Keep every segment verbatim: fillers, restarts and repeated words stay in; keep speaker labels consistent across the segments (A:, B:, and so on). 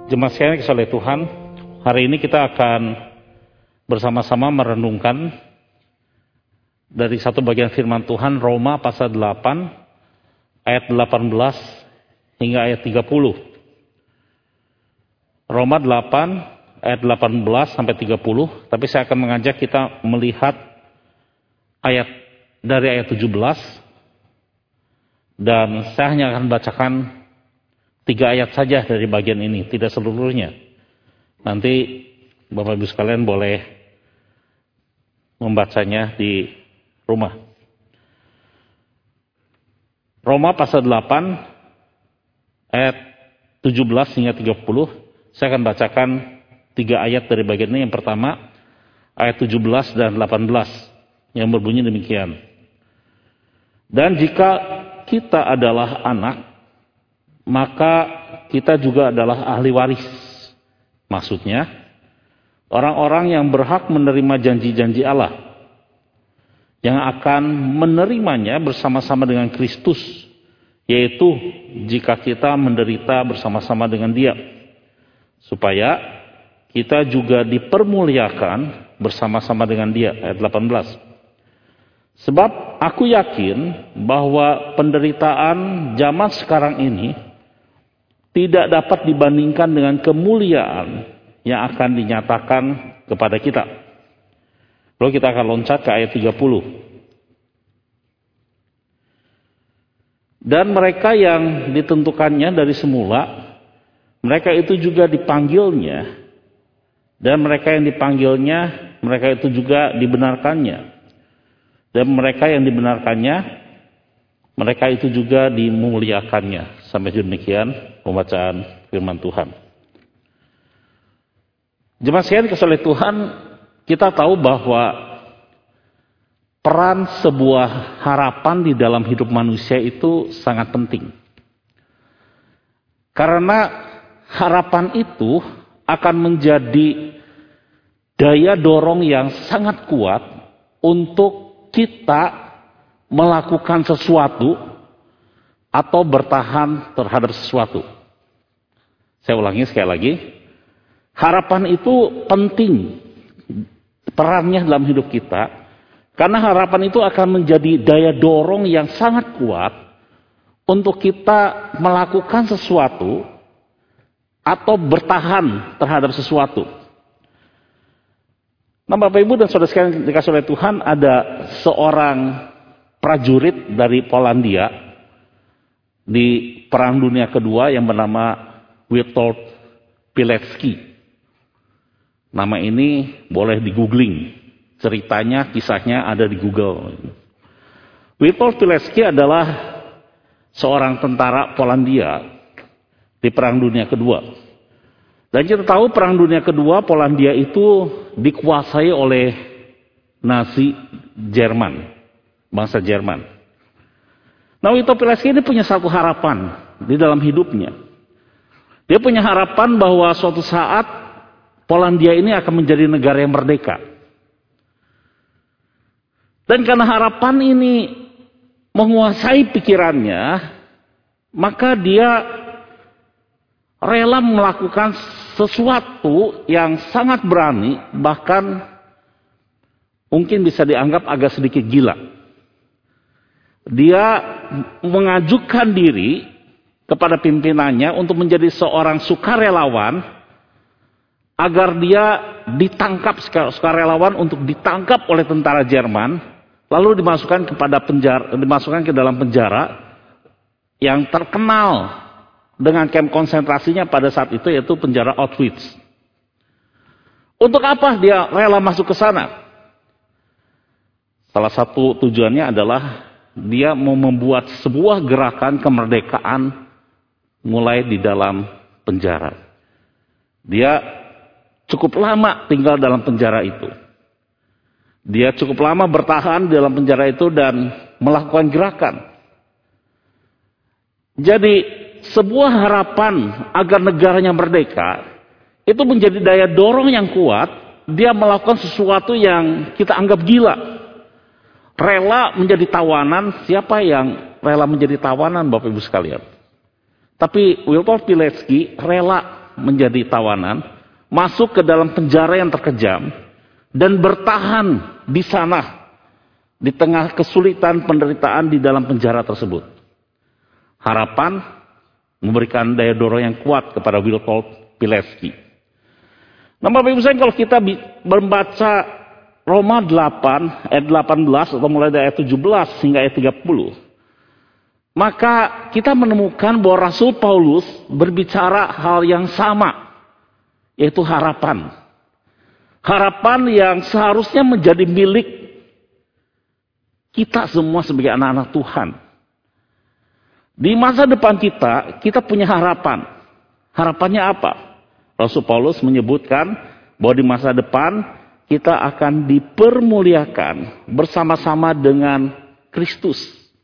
A: Jemaat sekalian yang oleh Tuhan, hari ini kita akan bersama-sama merenungkan dari satu bagian firman Tuhan, Roma pasal delapan ayat delapan belas hingga ayat tiga puluh. Roma delapan ayat delapan belas sampai tiga puluh, tapi saya akan mengajak kita melihat ayat dari ayat tujuh belas, dan saya hanya akan bacakan tiga ayat saja dari bagian ini, tidak seluruhnya. Nanti Bapak Ibu sekalian boleh membacanya di rumah. Roma pasal delapan ayat tujuh belas hingga tiga puluh. Saya akan bacakan tiga ayat dari bagian ini. Yang pertama ayat tujuh belas dan delapan belas yang berbunyi demikian. Dan jika kita adalah anak, maka kita juga adalah ahli waris. Maksudnya, orang-orang yang berhak menerima janji-janji Allah, yang akan menerimanya bersama-sama dengan Kristus, yaitu jika kita menderita bersama-sama dengan Dia, supaya kita juga dipermuliakan bersama-sama dengan Dia. Ayat delapan belas. Sebab aku yakin bahwa penderitaan zaman sekarang ini tidak dapat dibandingkan dengan kemuliaan yang akan dinyatakan kepada kita. Lalu kita akan loncat ke ayat tiga puluh. Dan mereka yang ditentukannya dari semula, mereka itu juga dipanggilnya. Dan mereka yang dipanggilnya, mereka itu juga dibenarkannya. Dan mereka yang dibenarkannya, mereka itu juga dimuliakannya. Sampai demikian pembacaan firman Tuhan. Jemaat sekalian oleh Tuhan, kita tahu bahwa peran sebuah harapan di dalam hidup manusia itu sangat penting. Karena harapan itu akan menjadi daya dorong yang sangat kuat untuk kita melakukan sesuatu atau bertahan terhadap sesuatu. Saya ulangi sekali lagi. Harapan itu penting perannya dalam hidup kita, karena harapan itu akan menjadi daya dorong yang sangat kuat untuk kita melakukan sesuatu atau bertahan terhadap sesuatu. Nah, Bapak Ibu dan Saudara sekalian dikasih oleh Tuhan, ada seorang prajurit dari Polandia di Perang Dunia Kedua yang bernama Witold Pilecki. Nama ini boleh di googling. Ceritanya, kisahnya ada di Google. Witold Pilecki adalah seorang tentara Polandia di Perang Dunia Kedua. Dan kita tahu Perang Dunia Kedua, Polandia itu dikuasai oleh Nazi Jerman, bangsa Jerman. Nah, Witold Pilecki ini punya satu harapan di dalam hidupnya. Dia punya harapan bahwa suatu saat Polandia ini akan menjadi negara yang merdeka. Dan karena harapan ini menguasai pikirannya, maka dia rela melakukan sesuatu yang sangat berani, bahkan mungkin bisa dianggap agak sedikit gila. Dia mengajukan diri kepada pimpinannya untuk menjadi seorang sukarelawan agar dia ditangkap, sukarelawan untuk ditangkap oleh tentara Jerman, lalu dimasukkan kepada penjara, dimasukkan ke dalam penjara yang terkenal dengan kamp konsentrasinya pada saat itu, yaitu penjara Auschwitz. Untuk apa dia rela masuk ke sana? Salah satu tujuannya adalah dia mau membuat sebuah gerakan kemerdekaan mulai di dalam penjara. Dia cukup lama tinggal dalam penjara itu. Dia cukup lama bertahan dalam penjara itu dan melakukan gerakan. Jadi sebuah harapan agar negaranya merdeka itu menjadi daya dorong yang kuat. Dia melakukan sesuatu yang kita anggap gila. Rela menjadi tawanan. Siapa yang rela menjadi tawanan, Bapak Ibu sekalian? Tapi Witold Pilecki rela menjadi tawanan, masuk ke dalam penjara yang terkejam, dan bertahan di sana, di tengah kesulitan penderitaan di dalam penjara tersebut. Harapan memberikan daya dorong yang kuat kepada Witold Pilecki. Nah, Bapak Ibu sekalian, kalau kita membaca Roma delapan ayat delapan belas atau mulai dari ayat tujuh belas hingga ayat tiga puluh, maka kita menemukan bahwa Rasul Paulus berbicara hal yang sama, yaitu harapan. Harapan yang seharusnya menjadi milik kita semua sebagai anak-anak Tuhan. Di masa depan kita, kita punya harapan. Harapannya apa? Rasul Paulus menyebutkan bahwa di masa depan kita akan dipermuliakan bersama-sama dengan Kristus.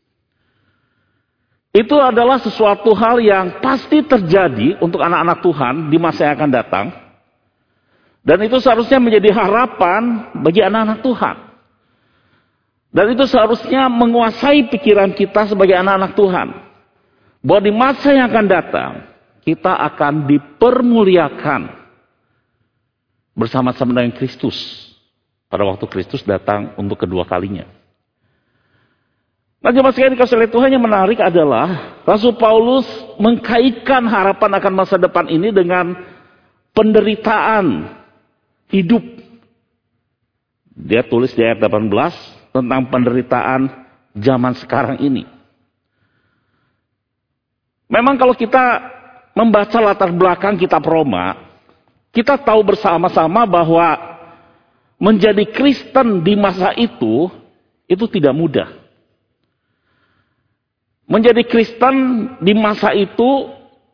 A: Itu adalah sesuatu hal yang pasti terjadi untuk anak-anak Tuhan di masa yang akan datang. Dan itu seharusnya menjadi harapan bagi anak-anak Tuhan. Dan itu seharusnya menguasai pikiran kita sebagai anak-anak Tuhan. Bahwa di masa yang akan datang, kita akan dipermuliakan bersama-sama dengan Kristus pada waktu Kristus datang untuk kedua kalinya. Nah, jemaat sekalian dikasih oleh Tuhan, yang menarik adalah Rasul Paulus mengkaitkan harapan akan masa depan ini dengan penderitaan hidup. Dia tulis di ayat delapan belas tentang penderitaan zaman sekarang ini. Memang kalau kita membaca latar belakang kitab Roma, kita tahu bersama-sama bahwa menjadi Kristen di masa itu, itu tidak mudah. Menjadi Kristen di masa itu,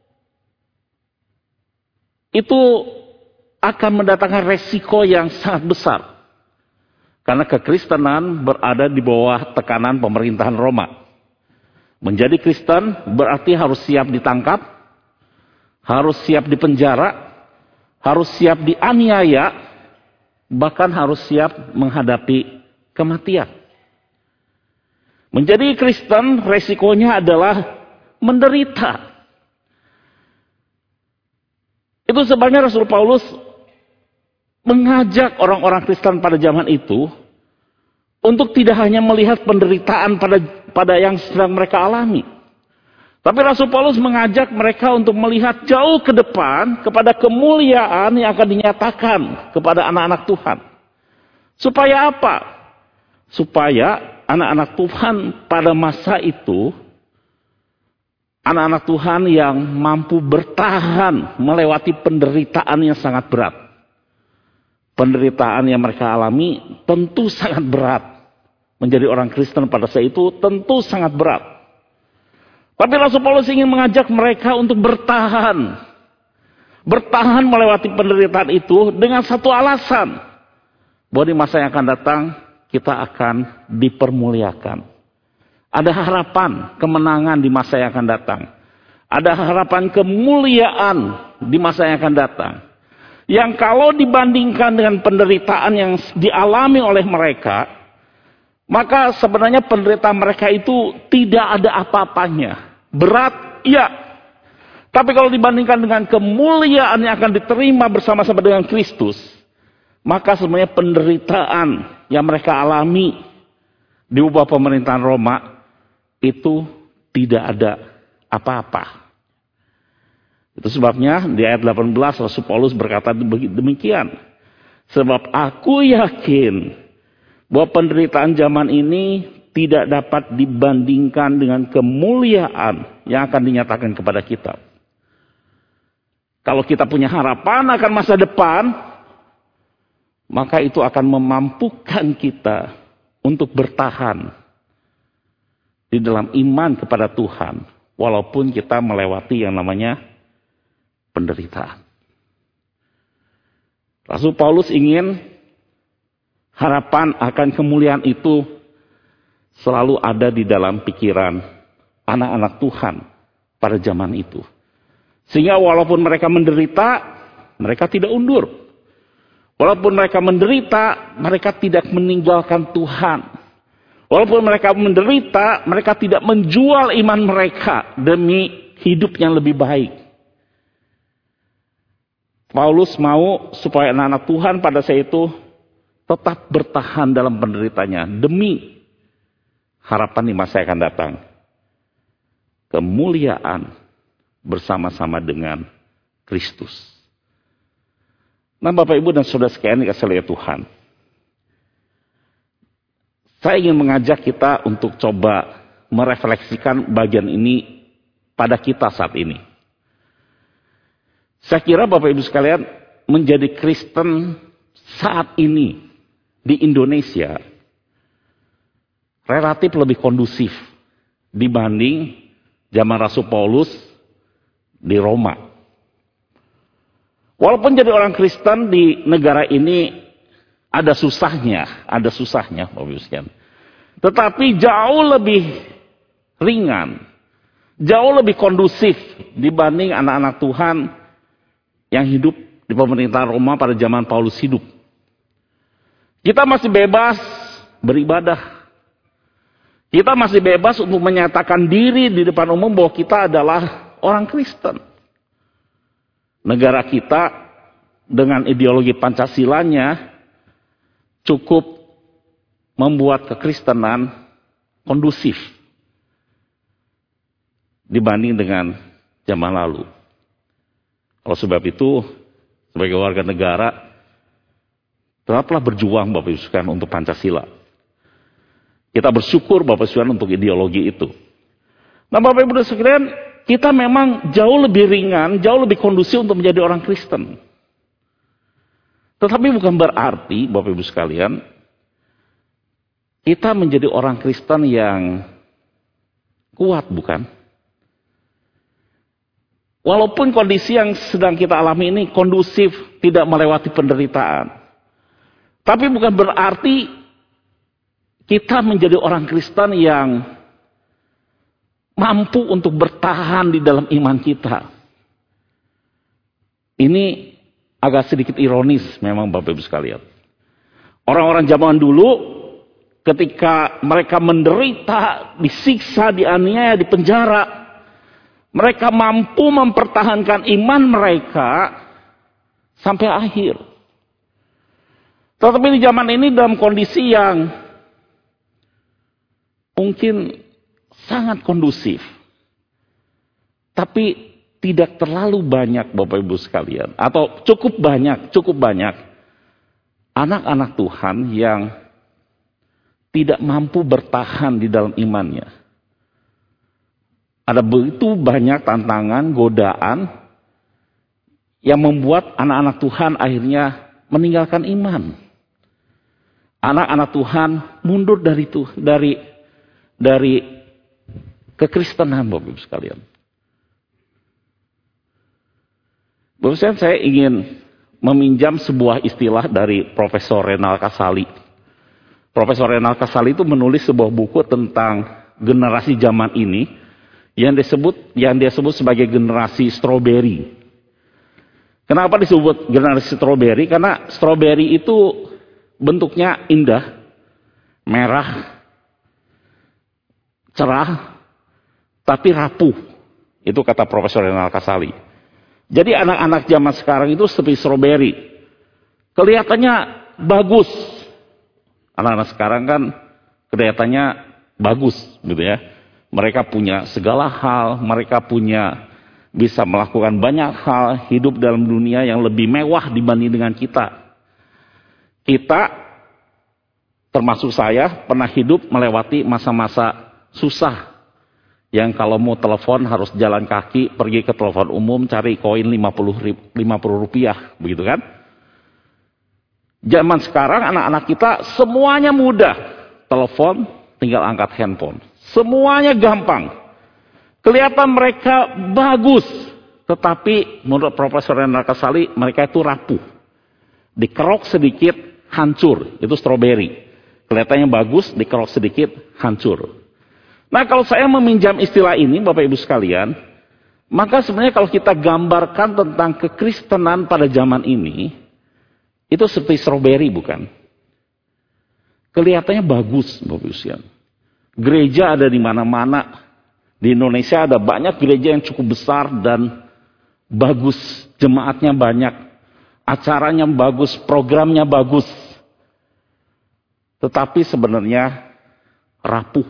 A: itu akan mendatangkan resiko yang sangat besar. Karena kekristenan berada di bawah tekanan pemerintahan Roma. Menjadi Kristen berarti harus siap ditangkap, harus siap dipenjara, harus siap dianiaya, bahkan harus siap menghadapi kematian. Menjadi Kristen resikonya adalah menderita. Itu sebabnya Rasul Paulus mengajak orang-orang Kristen pada zaman itu untuk tidak hanya melihat penderitaan pada pada yang sedang mereka alami. Tapi Rasul Paulus mengajak mereka untuk melihat jauh ke depan kepada kemuliaan yang akan dinyatakan kepada anak-anak Tuhan. Supaya apa? Supaya anak-anak Tuhan pada masa itu, anak-anak Tuhan yang mampu bertahan melewati penderitaan yang sangat berat. Penderitaan yang mereka alami tentu sangat berat. Menjadi orang Kristen pada saat itu tentu sangat berat. Tapi Rasul Paulus ingin mengajak mereka untuk bertahan. Bertahan melewati penderitaan itu dengan satu alasan. Bahwa di masa yang akan datang, kita akan dipermuliakan. Ada harapan kemenangan di masa yang akan datang. Ada harapan kemuliaan di masa yang akan datang. Yang kalau dibandingkan dengan penderitaan yang dialami oleh mereka, maka sebenarnya penderitaan mereka itu tidak ada apa-apanya. Berat, iya. Tapi kalau dibandingkan dengan kemuliaan yang akan diterima bersama-sama dengan Kristus, maka sebenarnya penderitaan yang mereka alami di bawah pemerintahan Roma itu tidak ada apa-apa. Itu sebabnya di ayat delapan belas Rasul Paulus berkata demikian. Sebab aku yakin bahwa penderitaan zaman ini tidak dapat dibandingkan dengan kemuliaan yang akan dinyatakan kepada kita. Kalau kita punya harapan akan masa depan, maka itu akan memampukan kita untuk bertahan di dalam iman kepada Tuhan, walaupun kita melewati yang namanya penderitaan. Rasul Paulus ingin harapan akan kemuliaan itu selalu ada di dalam pikiran anak-anak Tuhan pada zaman itu. Sehingga walaupun mereka menderita, mereka tidak undur. Walaupun mereka menderita, mereka tidak meninggalkan Tuhan. Walaupun mereka menderita, mereka tidak menjual iman mereka demi hidup yang lebih baik. Paulus mau supaya anak-anak Tuhan pada saat itu tetap bertahan dalam penderitanya demi harapan di masa yang akan datang. Kemuliaan bersama-sama dengan Kristus. Nah, Bapak Ibu dan Saudara sekalian dikasihi oleh Tuhan. Saya ingin mengajak kita untuk coba merefleksikan bagian ini pada kita saat ini. Saya kira Bapak Ibu sekalian, menjadi Kristen saat ini di Indonesia relatif lebih kondusif dibanding zaman Rasul Paulus di Roma. Walaupun jadi orang Kristen di negara ini ada susahnya, ada susahnya Bapak Ibu sekalian. Tetapi jauh lebih ringan, jauh lebih kondusif dibanding anak-anak Tuhan yang hidup di pemerintahan Roma pada zaman Paulus hidup. Kita masih bebas beribadah. Kita masih bebas untuk menyatakan diri di depan umum bahwa kita adalah orang Kristen. Negara kita dengan ideologi Pancasilanya cukup membuat kekristenan kondusif dibanding dengan zaman lalu. Oleh sebab itu, sebagai warga negara, tetaplah berjuang Bapak Ibu sekalian untuk Pancasila. Kita bersyukur Bapak Ibu sekalian untuk ideologi itu. Nah, Bapak Ibu sekalian, kita memang jauh lebih ringan, jauh lebih kondusif untuk menjadi orang Kristen. Tetapi bukan berarti Bapak Ibu sekalian, kita menjadi orang Kristen yang kuat, bukan? Walaupun kondisi yang sedang kita alami ini kondusif, tidak melewati penderitaan. Tapi bukan berarti kita menjadi orang Kristen yang mampu untuk bertahan di dalam iman kita. Ini agak sedikit ironis memang Bapak Ibu sekalian. Orang-orang zaman dulu ketika mereka menderita, disiksa, dianiaya, dipenjara, mereka mampu mempertahankan iman mereka sampai akhir. Tetapi di zaman ini dalam kondisi yang mungkin sangat kondusif, tapi tidak terlalu banyak Bapak Ibu sekalian, atau cukup banyak, cukup banyak anak-anak Tuhan yang tidak mampu bertahan di dalam imannya. Ada begitu banyak tantangan, godaan yang membuat anak-anak Tuhan akhirnya meninggalkan iman. Anak-anak Tuhan mundur dari itu, dari dari kekristenan Bapak Ibu sekalian. Bapak Ibu sekalian, saya ingin meminjam sebuah istilah dari Profesor Renal Kasali. Profesor Renal Kasali itu menulis sebuah buku tentang generasi zaman ini yang disebut yang dia sebut sebagai generasi stroberi. Kenapa disebut generasi stroberi? Karena stroberi itu bentuknya indah, merah, cerah, tapi rapuh. Itu kata Profesor Renal Kasali. Jadi anak-anak zaman sekarang itu seperti stroberi. Kelihatannya bagus. Anak-anak sekarang kan kelihatannya bagus gitu ya. Mereka punya segala hal, mereka punya bisa melakukan banyak hal, hidup dalam dunia yang lebih mewah dibanding dengan kita. Kita, termasuk saya, pernah hidup melewati masa-masa susah. Yang kalau mau telepon harus jalan kaki, pergi ke telepon umum, cari koin lima puluh rupiah, begitu kan? Zaman sekarang anak-anak kita semuanya mudah. Telepon, tinggal angkat handphone. Semuanya gampang. Kelihatan mereka bagus. Tetapi menurut Profesor Renal Kasali, mereka itu rapuh. Dikerok sedikit, hancur. Itu stroberi. Kelihatannya bagus, dikerok sedikit, hancur. Nah, kalau saya meminjam istilah ini, Bapak Ibu sekalian, maka sebenarnya kalau kita gambarkan tentang kekristenan pada zaman ini, itu seperti stroberi, bukan? Kelihatannya bagus, Bapak Ibu sekalian. Gereja ada di mana-mana. Di Indonesia ada banyak gereja yang cukup besar dan bagus. Jemaatnya banyak. acaranya bagus, programnya bagus, tetapi sebenarnya rapuh.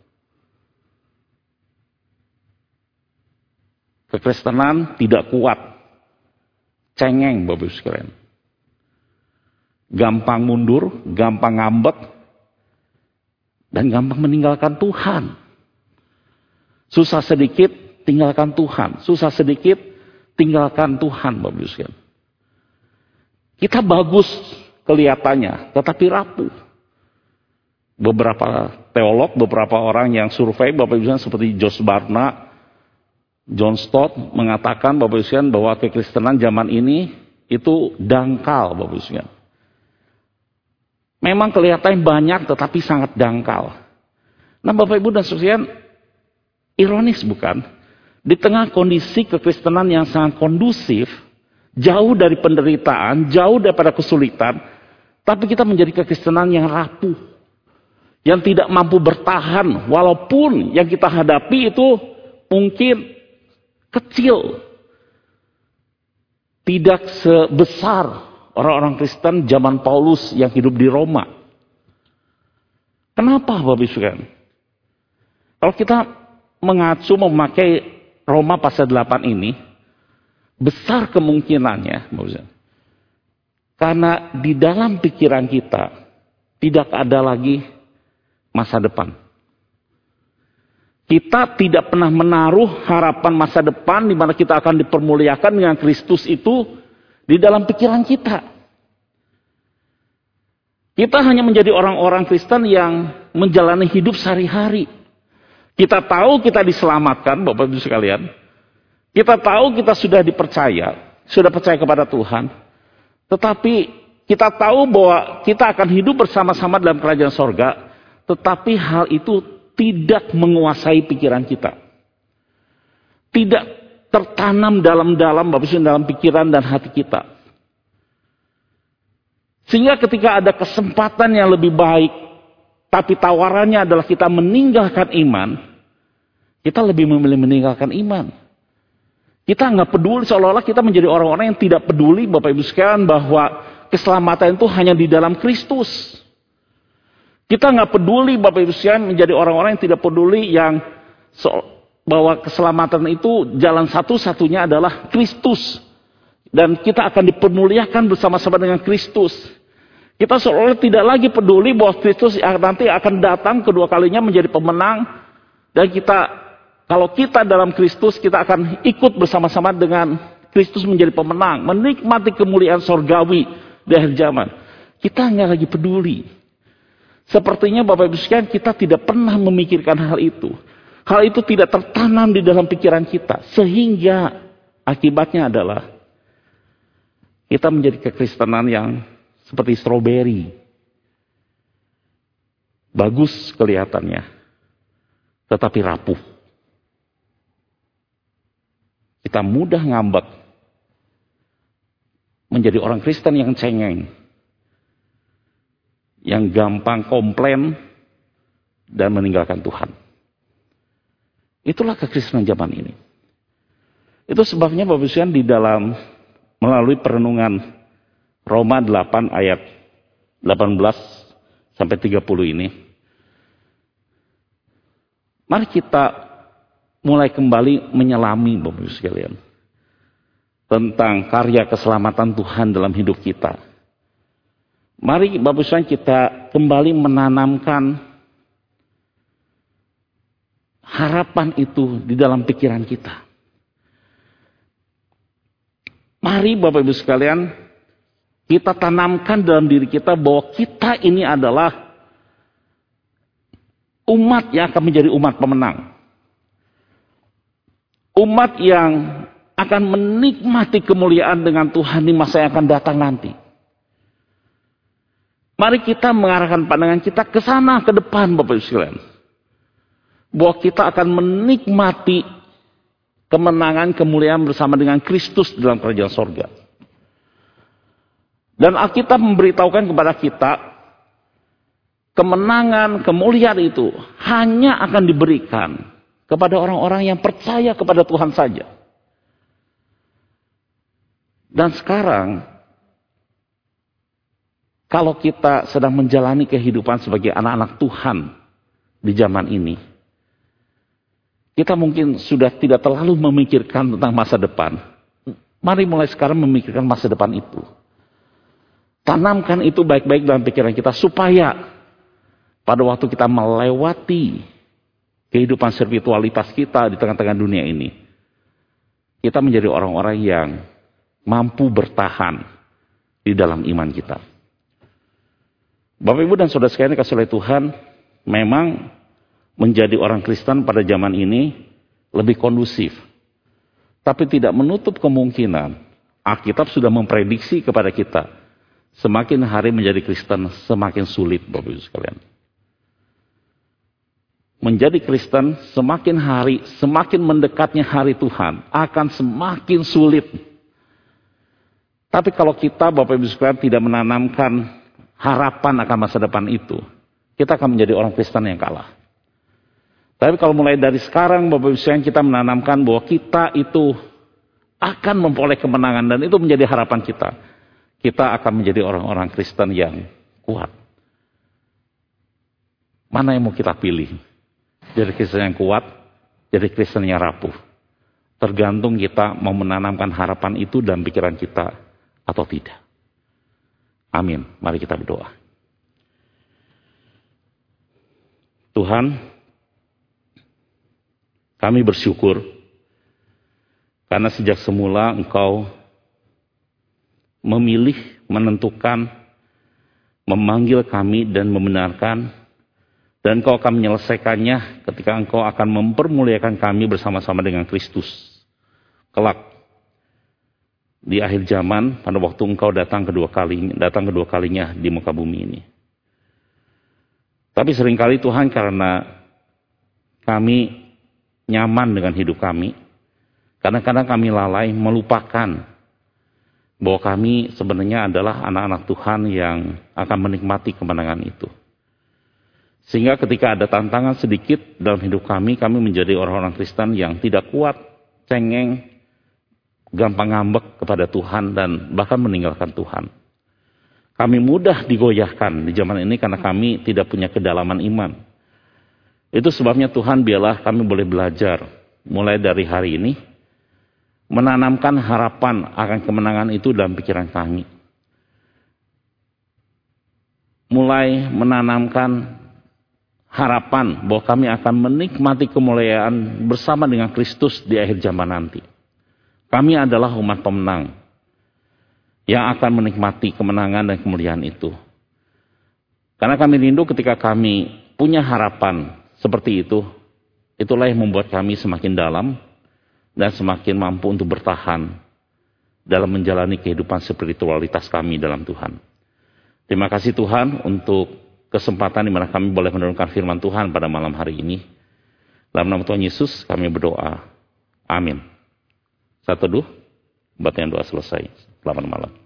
A: Kekristenan tidak kuat, cengeng Bapak Ibu sekalian. Gampang mundur, gampang ngambek, dan gampang meninggalkan Tuhan. Susah sedikit, tinggalkan Tuhan. Susah sedikit, tinggalkan Tuhan Bapak Ibu sekalian. Kita bagus kelihatannya, tetapi rapuh. Beberapa teolog, beberapa orang yang survei Bapak Ibu sekalian seperti Josh Barna, John Stott mengatakan Bapak Ibu sekalian bahwa kekristenan zaman ini itu dangkal Bapak Ibu sekalian. Memang kelihatannya banyak tetapi sangat dangkal. Nah Bapak Ibu dan sekalian, ironis bukan? Di tengah kondisi kekristenan yang sangat kondusif, jauh dari penderitaan, jauh daripada kesulitan, tapi kita menjadi kekristenan yang rapuh, yang tidak mampu bertahan, walaupun yang kita hadapi itu mungkin kecil, tidak sebesar orang-orang Kristen zaman Paulus yang hidup di Roma. Kenapa Bapak Ibu sekalian? Kalau kita mengacu memakai Roma pasal delapan ini, besar kemungkinannya, Bapak Ibu sekalian, karena di dalam pikiran kita tidak ada lagi masa depan. Kita tidak pernah menaruh harapan masa depan di mana kita akan dipermuliakan dengan Kristus itu di dalam pikiran kita. Kita hanya menjadi orang-orang Kristen yang menjalani hidup sehari-hari. Kita tahu kita diselamatkan, Bapak Ibu sekalian. Kita tahu kita sudah dipercaya, sudah percaya kepada Tuhan. Tetapi kita tahu bahwa kita akan hidup bersama-sama dalam kerajaan sorga. Tetapi hal itu tidak menguasai pikiran kita. Tidak tertanam dalam-dalam, Bapak Ibu, dalam pikiran dan hati kita. Sehingga ketika ada kesempatan yang lebih baik, tapi tawarannya adalah kita meninggalkan iman, kita lebih memilih meninggalkan iman. Kita nggak peduli, seolah-olah kita menjadi orang-orang yang tidak peduli, Bapak Ibu sekalian, bahwa keselamatan itu hanya di dalam Kristus. Kita nggak peduli, Bapak Ibu sekalian, menjadi orang-orang yang tidak peduli yang so, bahwa keselamatan itu jalan satu-satunya adalah Kristus. Dan kita akan dipermuliakan bersama-sama dengan Kristus. Kita seolah-olah tidak lagi peduli bahwa Kristus nanti akan datang kedua kalinya menjadi pemenang. Dan kita, kalau kita dalam Kristus, kita akan ikut bersama-sama dengan Kristus menjadi pemenang. Menikmati kemuliaan sorgawi di akhir zaman. Kita nggak lagi peduli. Sepertinya Bapak Ibu sekalian, kita tidak pernah memikirkan hal itu. Hal itu tidak tertanam di dalam pikiran kita. Sehingga akibatnya adalah kita menjadi kekristenan yang seperti stroberi. Bagus kelihatannya, tetapi rapuh. Kita mudah ngambek. Menjadi orang Kristen yang cengeng. Yang gampang komplain dan meninggalkan Tuhan. Itulah kekristenan zaman ini. Itu sebabnya Bapak Ibu sekalian di dalam melalui perenungan Roma delapan ayat delapan belas sampai tiga puluh ini, mari kita mulai kembali menyelami Bapak Ibu sekalian tentang karya keselamatan Tuhan dalam hidup kita. Mari Bapak Ibu sekalian kita kembali menanamkan harapan itu di dalam pikiran kita. Mari Bapak Ibu sekalian kita tanamkan dalam diri kita bahwa kita ini adalah umat yang akan menjadi umat pemenang. Umat yang akan menikmati kemuliaan dengan Tuhan di masa yang akan datang nanti. Mari kita mengarahkan pandangan kita ke sana, ke depan Bapak Ibu sekalian. Bahwa kita akan menikmati kemenangan, kemuliaan bersama dengan Kristus dalam kerajaan sorga. Dan Alkitab memberitahukan kepada kita, kemenangan, kemuliaan itu hanya akan diberikan kepada orang-orang yang percaya kepada Tuhan saja. Dan sekarang, kalau kita sedang menjalani kehidupan sebagai anak-anak Tuhan di zaman ini, kita mungkin sudah tidak terlalu memikirkan tentang masa depan. Mari mulai sekarang memikirkan masa depan itu. Tanamkan itu baik-baik dalam pikiran kita supaya pada waktu kita melewati kehidupan spiritualitas kita di tengah-tengah dunia ini, kita menjadi orang-orang yang mampu bertahan di dalam iman kita. Bapak, Ibu, dan saudara sekalian kasih oleh Tuhan, memang menjadi orang Kristen pada zaman ini lebih kondusif. Tapi tidak menutup kemungkinan Alkitab sudah memprediksi kepada kita, semakin hari menjadi Kristen semakin sulit, Bapak Ibu sekalian. Menjadi Kristen semakin hari, semakin mendekatnya hari Tuhan, akan semakin sulit. Tapi kalau kita, Bapak Ibu sekalian, tidak menanamkan harapan akan masa depan itu, kita akan menjadi orang Kristen yang kalah. Tapi kalau mulai dari sekarang, Bapak Ibu sekalian, kita menanamkan bahwa kita itu akan memperoleh kemenangan dan itu menjadi harapan kita. Kita akan menjadi orang-orang Kristen yang kuat. Mana yang mau kita pilih? Jadi Kristen yang kuat, jadi Kristen yang rapuh. Tergantung kita mau menanamkan harapan itu dalam pikiran kita atau tidak. Amin. Mari kita berdoa. Tuhan, kami bersyukur karena sejak semula Engkau memilih, menentukan, memanggil kami dan membenarkan, dan Engkau akan menyelesaikannya ketika Engkau akan mempermuliakan kami bersama-sama dengan Kristus. Kelak di akhir zaman, pada waktu Engkau datang kedua kali, datang kedua kalinya di muka bumi ini. Tapi seringkali Tuhan, karena kami nyaman dengan hidup kami, kadang-kadang kami lalai melupakan bahwa kami sebenarnya adalah anak-anak Tuhan yang akan menikmati kemenangan itu. Sehingga ketika ada tantangan sedikit dalam hidup kami, kami menjadi orang-orang Kristen yang tidak kuat, cengeng, gampang ngambek kepada Tuhan dan bahkan meninggalkan Tuhan. Kami mudah digoyahkan di zaman ini karena kami tidak punya kedalaman iman. Itu sebabnya Tuhan, biarlah kami boleh belajar mulai dari hari ini menanamkan harapan akan kemenangan itu dalam pikiran kami. Mulai menanamkan harapan bahwa kami akan menikmati kemuliaan bersama dengan Kristus di akhir zaman nanti. Kami adalah umat pemenang yang akan menikmati kemenangan dan kemuliaan itu. Karena kami rindu ketika kami punya harapan seperti itu, itulah yang membuat kami semakin dalam dan semakin mampu untuk bertahan dalam menjalani kehidupan spiritualitas kami dalam Tuhan. Terima kasih Tuhan untuk kesempatan di mana kami boleh menurunkan firman Tuhan pada malam hari ini. Dalam nama Tuhan Yesus kami berdoa. Amin. Satu, dua, kebaktian doa selesai. Selamat malam.